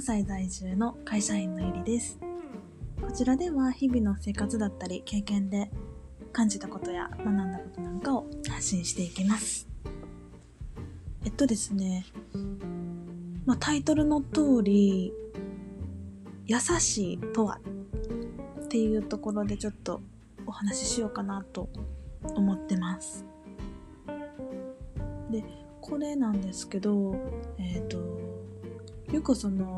歳在住の会社員のゆりです。こちらでは日々の生活だったり経験で感じたことや学んだことなんかを発信していきます。ですね、タイトルの通り優しいとはっていうところでちょっとお話ししようかなと思ってます。で、これなんですけど、よく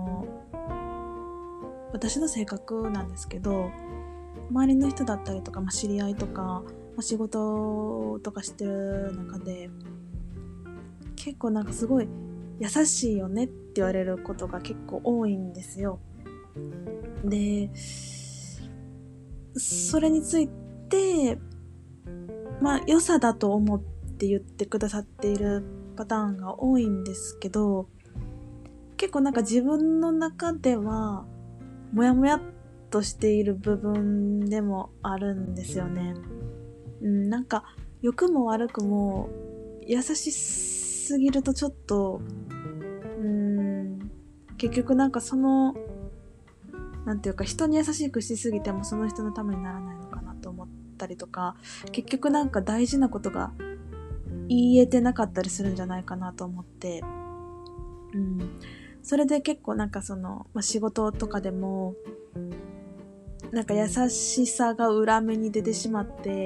私の性格なんですけど、周りの人だったりとか、知り合いとか、仕事とかしてる中で結構すごい優しいよねって言われることが結構多いんですよ。で、それについて良さだと思って言ってくださっているパターンが多いんですけど、結構自分の中ではモヤモヤっとしている部分でもあるんですよね。良くも悪くも優しすぎるとちょっと結局なんていうか、人に優しくしすぎてもその人のためにならないのかなと思ったりとか、結局大事なことが言えてなかったりするんじゃないかなと思って、それで結構仕事とかでも優しさが裏目に出てしまって、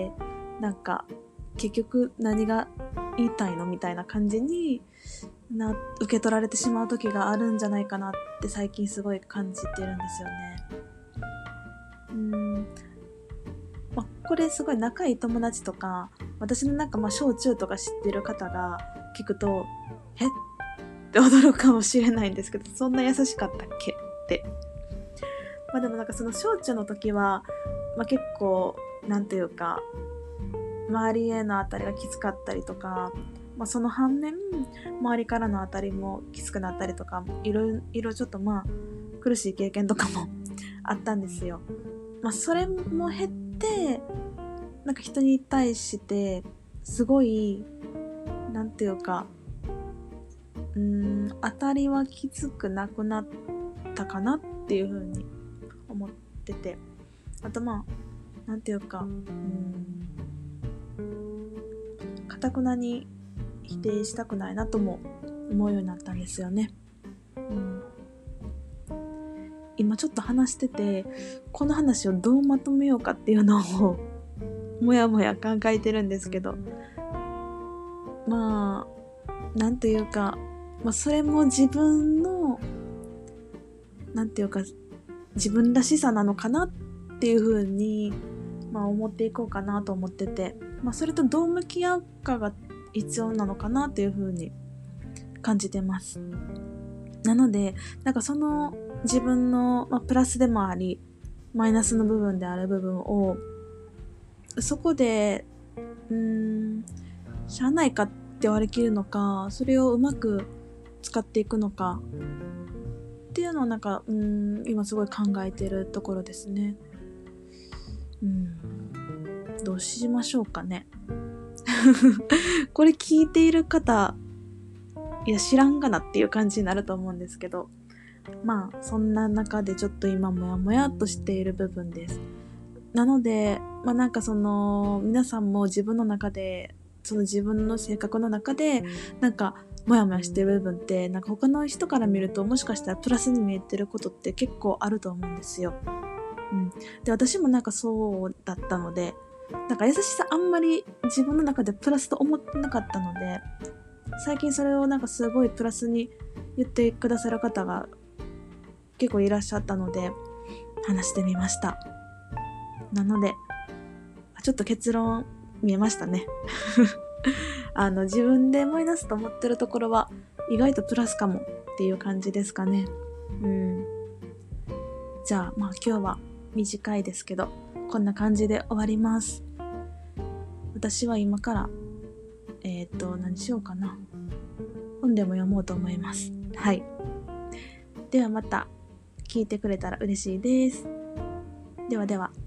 結局何が言いたいのみたいな感じに受け取られてしまう時があるんじゃないかなって最近すごい感じてるんですよね。これすごい仲いい友達とか、私の小中とか知ってる方が聞くとえって驚くかもしれないんですけど、そんな優しかったっけって。でもその小中の時は、結構なんていうか周りへの当たりがきつかったりとか、その反面周りからの当たりもきつくなったりとか、いろいろちょっと苦しい経験とかもあったんですよ。それも減って人に対してすごいなんていうか当たりはきつくなくなったかなっていう風に思ってて、あとなんていうか堅くなに否定したくないなとも思うようになったんですよね。今ちょっと話してて、この話をどうまとめようかっていうのをもやもや考えてるんですけど、なんていうか、それも自分のなんていうか自分らしさなのかなっていう風に思っていこうかなと思ってて、それとどう向き合うかが必要なのかなっていう風に感じてます。なのでその自分の、プラスでもありマイナスの部分である部分をそこでしゃあないかって割り切るのか、それをうまく使っていくのかっていうのを今すごい考えてるところですね。どうしましょうかね。これ聞いている方、いや知らんがなっていう感じになると思うんですけど、そんな中でちょっと今もやもやっとしている部分です。なので皆さんも自分の中で自分の性格の中でもやもやしてる部分って他の人から見るともしかしたらプラスに見えてることって結構あると思うんですよ。で、私もそうだったので、優しさあんまり自分の中でプラスと思ってなかったので、最近それをすごいプラスに言ってくださる方が結構いらっしゃったので話してみました。なのでちょっと結論見えましたね。自分でマイナスと思ってるところは意外とプラスかもっていう感じですかね。じゃあ今日は短いですけどこんな感じで終わります。私は今から何しようかな、本でも読もうと思います。はい、ではまた聞いてくれたら嬉しいです。ではでは。